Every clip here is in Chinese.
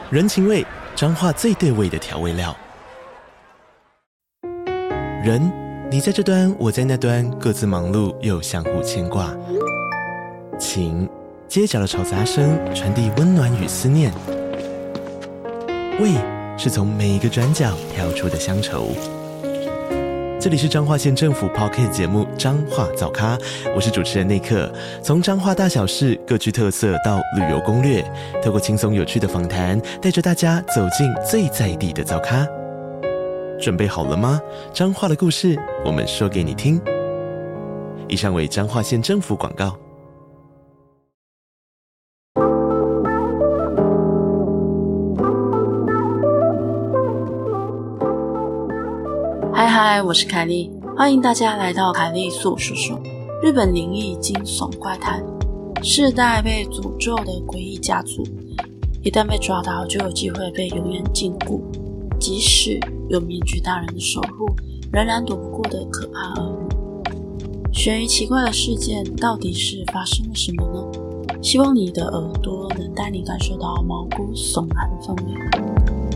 人情味，彰化最对味的调味料。人，你在这端，我在那端，各自忙碌又相互牵挂。情，街角的吵杂声传递温暖与思念。味，是从每一个转角跳出的乡愁。这里是彰化县政府 Podcast 节目《彰化早咖》，我是主持人内克。从彰化大小事各具特色到旅游攻略，透过轻松有趣的访谈，带着大家走进最在地的早咖。准备好了吗？彰化的故事，我们说给你听。以上为彰化县政府广告。 嗨，我是凯莉，欢迎大家来到凯莉诉说说日本灵异惊悚怪谈。世代被诅咒的诡异家族，一旦被抓到就有机会被永远禁锢，即使有面具大人的守护，仍然躲不过的可怕厄运。悬疑奇怪的事件到底是发生了什么呢？希望你的耳朵能带你感受到毛骨悚然的氛围。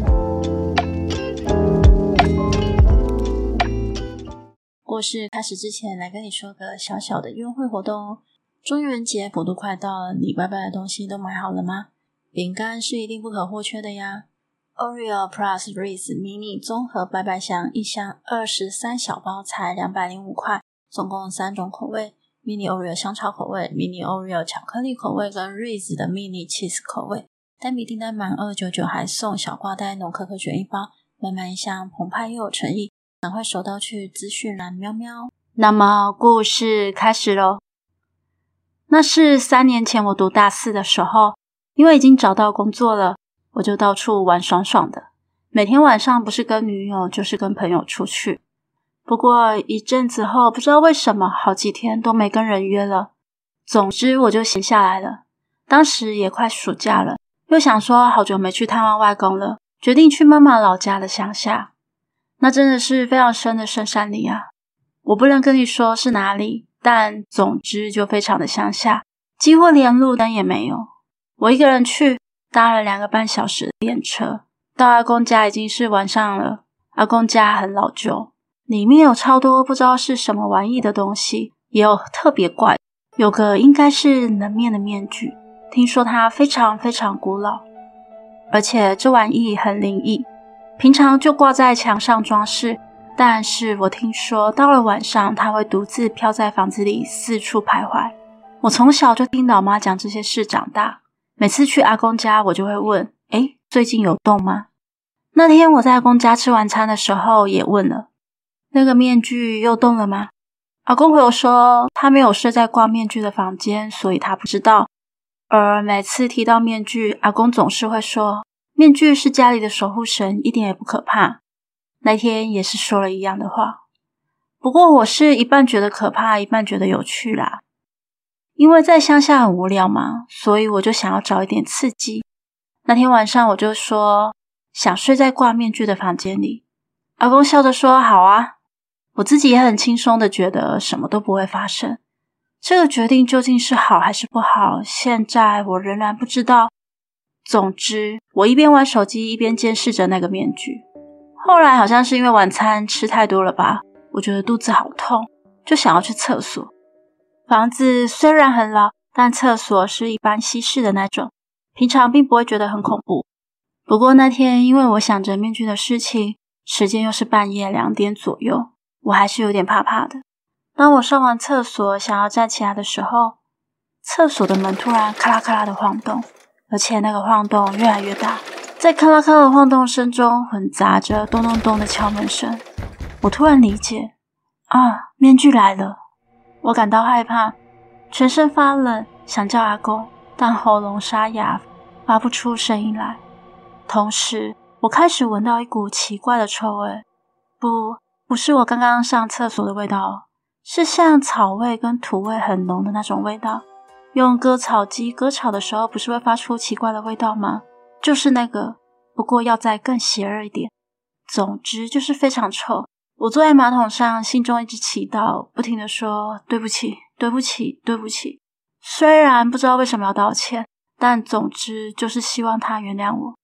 故事开始之前，来跟你说个小小的约会活动哦。中元节普渡快到了，你拜拜的东西都买好了吗？饼干是一定不可或缺的呀。Oreo Plus Reese Mini 综合拜拜箱，一箱23小包才205块，总共3种口味， Mini Oreo 香草口味， Mini Oreo 巧克力口味跟 Reese 的 Mini Cheese 口味。单笔订单满299还送小挂袋农可可卷1包，满满一箱，澎湃又有诚意，赶快手刀去资讯栏喵喵。那么故事开始咯。那是3年前我读大4的时候，因为已经找到工作了，我就到处玩爽爽的，每天晚上不是跟女友就是跟朋友出去。不过一阵子后，不知道为什么好几天都没跟人约了，总之我就闲下来了。当时也快暑假了，又想说好久没去探望外公了，决定去妈妈老家的乡下。那真的是非常深的深山里啊，我不能跟你说是哪里，但总之就非常的乡下，几乎连路灯也没有。我一个人去，搭了2个半小时的电车，到阿公家已经是晚上了。阿公家很老旧，里面有超多不知道是什么玩意的东西，也有特别怪，有个应该是人面的面具，听说它非常非常古老，而且这玩意很灵异，平常就挂在墙上装饰，但是我听说到了晚上它会独自飘在房子里四处徘徊。我从小就听老妈讲这些事长大，每次去阿公家我就会问，最近有动吗？那天我在阿公家吃晚餐的时候也问了，那个面具又动了吗？阿公回我说他没有睡在挂面具的房间，所以他不知道。而每次提到面具，阿公总是会说面具是家里的守护神，一点也不可怕。那天也是说了一样的话，不过我是一半觉得可怕，一半觉得有趣啦。因为在乡下很无聊嘛，所以我就想要找一点刺激。那天晚上我就说想睡在挂面具的房间里，阿公笑着说好啊。我自己也很轻松的觉得什么都不会发生。这个决定究竟是好还是不好，现在我仍然不知道。总之我一边玩手机一边监视着那个面具。后来好像是因为晚餐吃太多了吧，我觉得肚子好痛，就想要去厕所。房子虽然很老，但厕所是一般西式的那种，平常并不会觉得很恐怖。不过那天因为我想着面具的事情，时间又是半夜2点左右，我还是有点怕怕的。当我上完厕所想要站起来的时候，厕所的门突然咔啦咔啦的晃动，而且那个晃动越来越大，在咔啦咔啦的晃动声中混杂着咚咚咚的敲门声。我突然理解，面具来了。我感到害怕，全身发冷，想叫阿公，但喉咙沙哑，发不出声音来。同时我开始闻到一股奇怪的臭味，不是我刚刚上厕所的味道，是像草味跟土味很浓的那种味道。用割草机割草的时候不是会发出奇怪的味道吗？就是那个，不过要再更邪恶一点。总之就是非常臭。我坐在马桶上，心中一直祈祷，不停地说对不起，对不起，对不起。虽然不知道为什么要道歉，但总之就是希望他原谅我。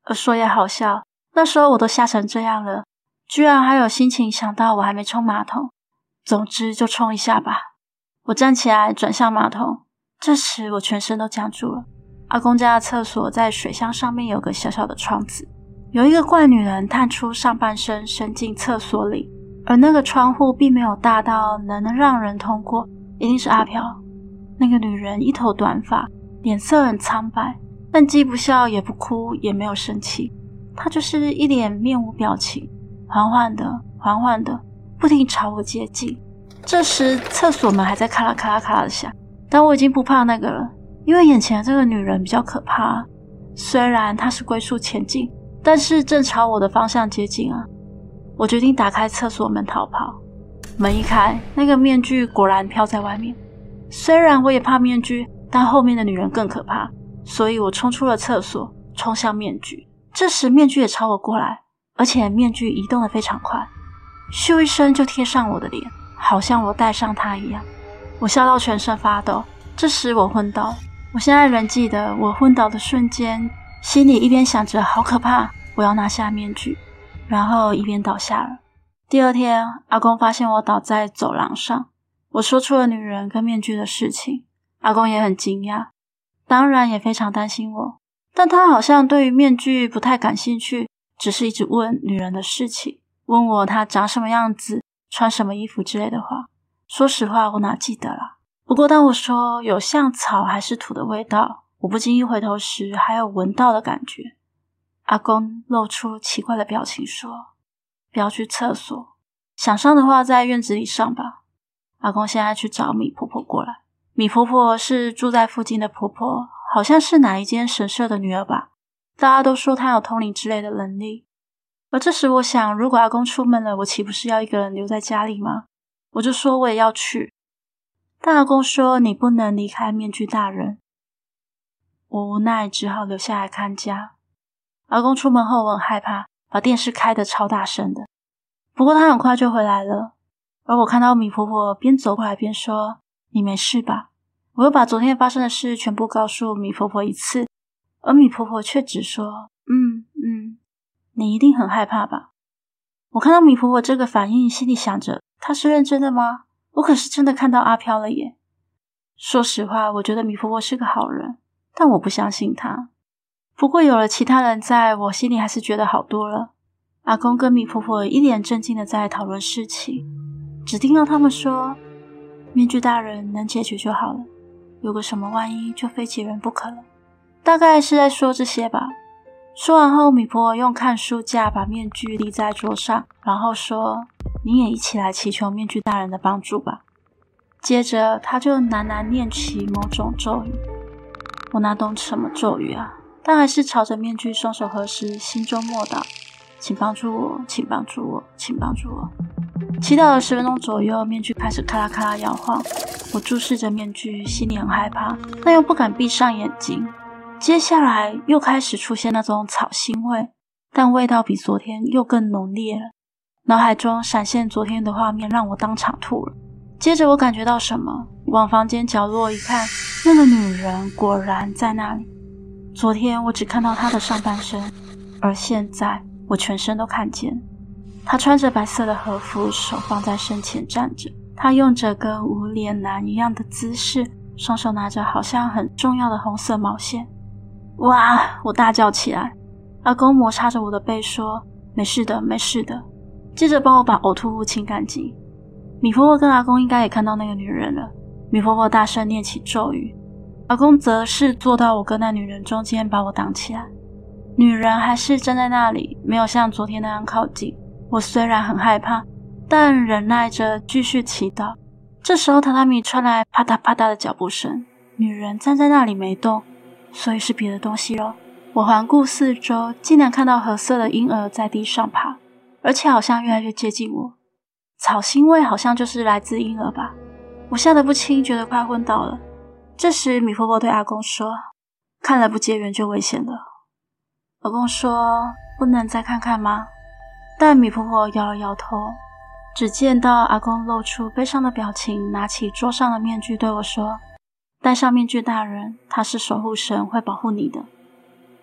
说也好笑，那时候我都吓成这样了，居然还有心情想到我还没冲马桶。总之就冲一下吧。我站起来转向马桶，这时我全身都僵住了。阿公家的厕所在水箱上面有个小小的窗子，有一个怪女人探出上半身伸进厕所里，而那个窗户并没有大到能让人通过，一定是阿飘。那个女人一头短发，脸色很苍白，但既不笑也不哭也没有生气，她就是一脸面无表情，缓缓的不停朝我接近。这时厕所门还在咔啦咔啦咔啦的响，但我已经不怕那个了，因为眼前的这个女人比较可怕。虽然她是龟速前进，但是正朝我的方向接近啊。我决定打开厕所门逃跑。门一开，那个面具果然飘在外面。虽然我也怕面具，但后面的女人更可怕，所以我冲出了厕所，冲向面具。这时面具也朝我过来，而且面具移动得非常快，咻一声就贴上我的脸，好像我戴上它一样。我笑到全身发抖。这时我昏倒。我现在仍记得我昏倒的瞬间，心里一边想着好可怕，我要拿下面具，然后一边倒下了。第二天，阿公发现我倒在走廊上，我说出了女人跟面具的事情。阿公也很惊讶，当然也非常担心我，但他好像对于面具不太感兴趣，只是一直问女人的事情，问我她长什么样子，穿什么衣服之类的话。说实话，我哪记得啦。不过当我说有像草还是土的味道，我不经意回头时还有闻到的感觉。阿公露出奇怪的表情说，不要去厕所，想上的话在院子里上吧。阿公现在去找米婆婆过来。米婆婆是住在附近的婆婆，好像是哪一间神社的女儿吧，大家都说她有通灵之类的能力。而这时我想，如果阿公出门了，我岂不是要一个人留在家里吗？我就说我也要去，但阿公说你不能离开面具大人。我无奈只好留下来看家。阿公出门后我很害怕，把电视开得超大声的。不过他很快就回来了，而我看到米婆婆边走过来边说，你没事吧？我又把昨天发生的事全部告诉米婆婆一次，而米婆婆却只说你一定很害怕吧。我看到米婆婆这个反应，心里想着她是认真的吗？我可是真的看到阿飘了耶。说实话，我觉得米婆婆是个好人，但我不相信她。不过有了其他人在，我心里还是觉得好多了。阿公跟米婆婆一脸震惊的在讨论事情，只听到他们说，面具大人能解决就好了，有个什么万一就非解人不可了。大概是在说这些吧。说完后，米婆婆用看书架把面具立在桌上，然后说，你也一起来祈求面具大人的帮助吧。接着她就喃喃念起某种咒语，我哪懂什么咒语啊，但还是朝着面具双手合十，心中默祷，请帮助我，请帮助我，请帮助我。祈祷了10分钟左右，面具开始咔啦咔啦摇晃。我注视着面具，心里很害怕，但又不敢闭上眼睛。接下来又开始出现那种草腥味，但味道比昨天又更浓烈了。脑海中闪现昨天的画面，让我当场吐了。接着我感觉到什么，往房间角落一看，那个女人果然在那里。昨天我只看到她的上半身，而现在我全身都看见。她穿着白色的和服，手放在身前站着。她用着跟无脸男一样的姿势，双手拿着好像很重要的红色毛线。哇！我大叫起来。阿公摩擦着我的背说，没事的，没事的。接着帮我把呕吐物清干净。米婆婆跟阿公应该也看到那个女人了。米婆婆大声念起咒语，阿公则是坐到我跟那女人中间，把我挡起来。女人还是站在那里，没有像昨天那样靠近。我虽然很害怕，但忍耐着继续祈祷。这时候榻榻米传来啪嗒啪嗒的脚步声，女人站在那里没动，所以是别的东西咯。我环顾四周，竟然看到褐色的婴儿在地上爬，而且好像越来越接近我。草腥味好像就是来自婴儿吧。我吓得不轻，觉得快昏倒了。这时米婆婆对阿公说，看了不结缘就危险了。阿公说，不能再看看吗？但米婆婆摇了摇头。只见到阿公露出悲伤的表情，拿起桌上的面具对我说，戴上面具大人，他是守护神，会保护你的。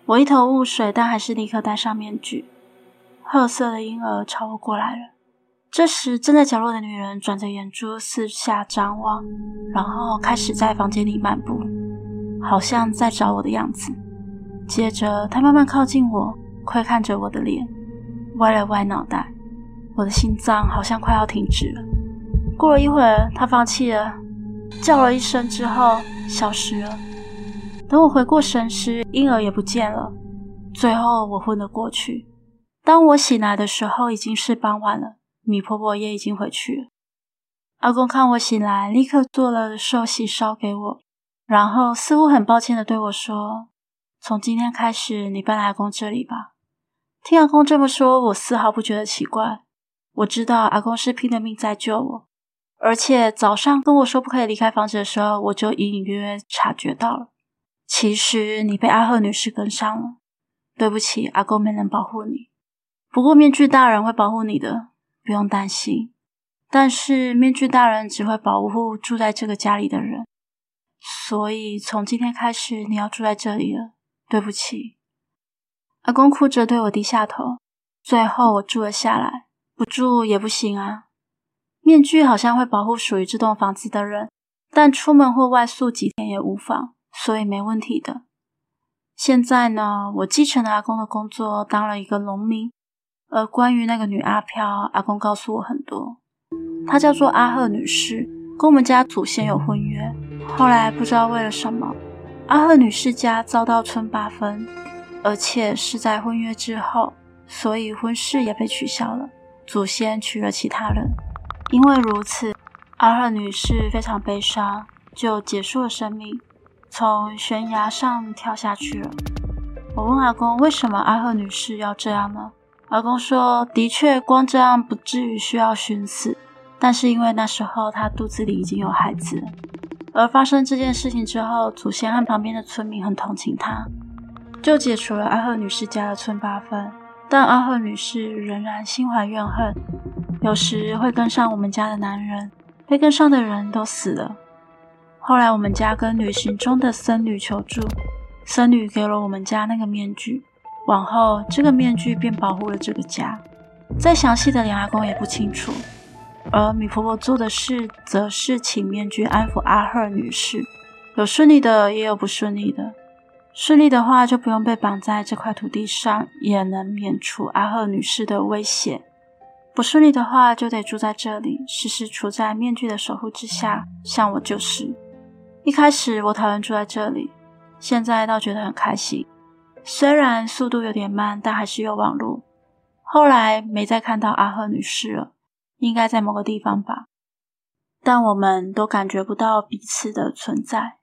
我一头雾水，但还是立刻戴上面具。褐色的婴儿朝我过来了。这时站在角落的女人转着眼珠四下张望，然后开始在房间里漫步，好像在找我的样子。接着她慢慢靠近我，窥看着我的脸，歪了歪脑袋。我的心脏好像快要停止了。过了一会儿，她放弃了，叫了一声之后消失了。等我回过神时，婴儿也不见了。最后我昏了过去。当我醒来的时候已经是傍晚了，米婆婆也已经回去了。阿公看我醒来，立刻做了寿喜烧给我，然后似乎很抱歉地对我说，从今天开始你搬来阿公这里吧。听阿公这么说，我丝毫不觉得奇怪。我知道阿公是拼了命在救我，而且早上跟我说不可以离开房子的时候，我就隐隐约约察觉到了。其实你被阿赫女士跟上了，对不起，阿公没能保护你。不过面具大人会保护你的，不用担心。但是面具大人只会保护住在这个家里的人，所以从今天开始你要住在这里了，对不起。阿公哭着对我低下头，最后我住了下来。不住也不行啊。面具好像会保护属于这栋房子的人，但出门或外宿几天也无妨，所以没问题的。现在呢，我继承了阿公的工作，当了一个农民。而关于那个女阿飘，阿公告诉我很多。她叫做阿赫女士，跟我们家祖先有婚约，后来不知道为了什么，阿赫女士家遭到村八分，而且是在婚约之后，所以婚事也被取消了，祖先娶了其他人。因为如此，阿赫女士非常悲伤，就结束了生命，从悬崖上跳下去了。我问阿公，为什么阿赫女士要这样呢？阿公说，的确光这样不至于需要寻死，但是因为那时候她肚子里已经有孩子了，而发生这件事情之后，祖先和旁边的村民很同情她，就解除了阿赫女士家的村八分。但阿赫女士仍然心怀怨恨，有时会跟上我们家的男人，被跟上的人都死了。后来我们家跟旅行中的僧侣求助，僧侣给了我们家那个面具，往后这个面具便保护了这个家。再详细的连阿公也不清楚。而米婆婆做的事则是请面具安抚阿赫女士，有顺利的也有不顺利的。顺利的话就不用被绑在这块土地上，也能免除阿赫女士的威胁。不顺利的话就得住在这里，时时处在面具的守护之下，像我就是。一开始我讨厌住在这里，现在倒觉得很开心。虽然速度有点慢，但还是有网路。后来没再看到阿赫女士了，应该在某个地方吧，但我们都感觉不到彼此的存在。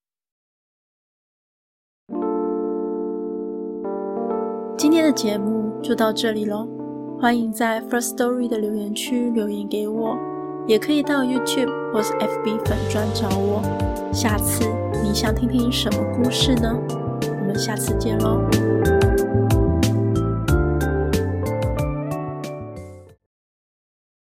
今天的节目就到这里咯，欢迎在 First Story 的留言区留言给我，也可以到 YouTube 或是 FB 粉专找我。下次你想听听什么故事呢？我们下次见咯。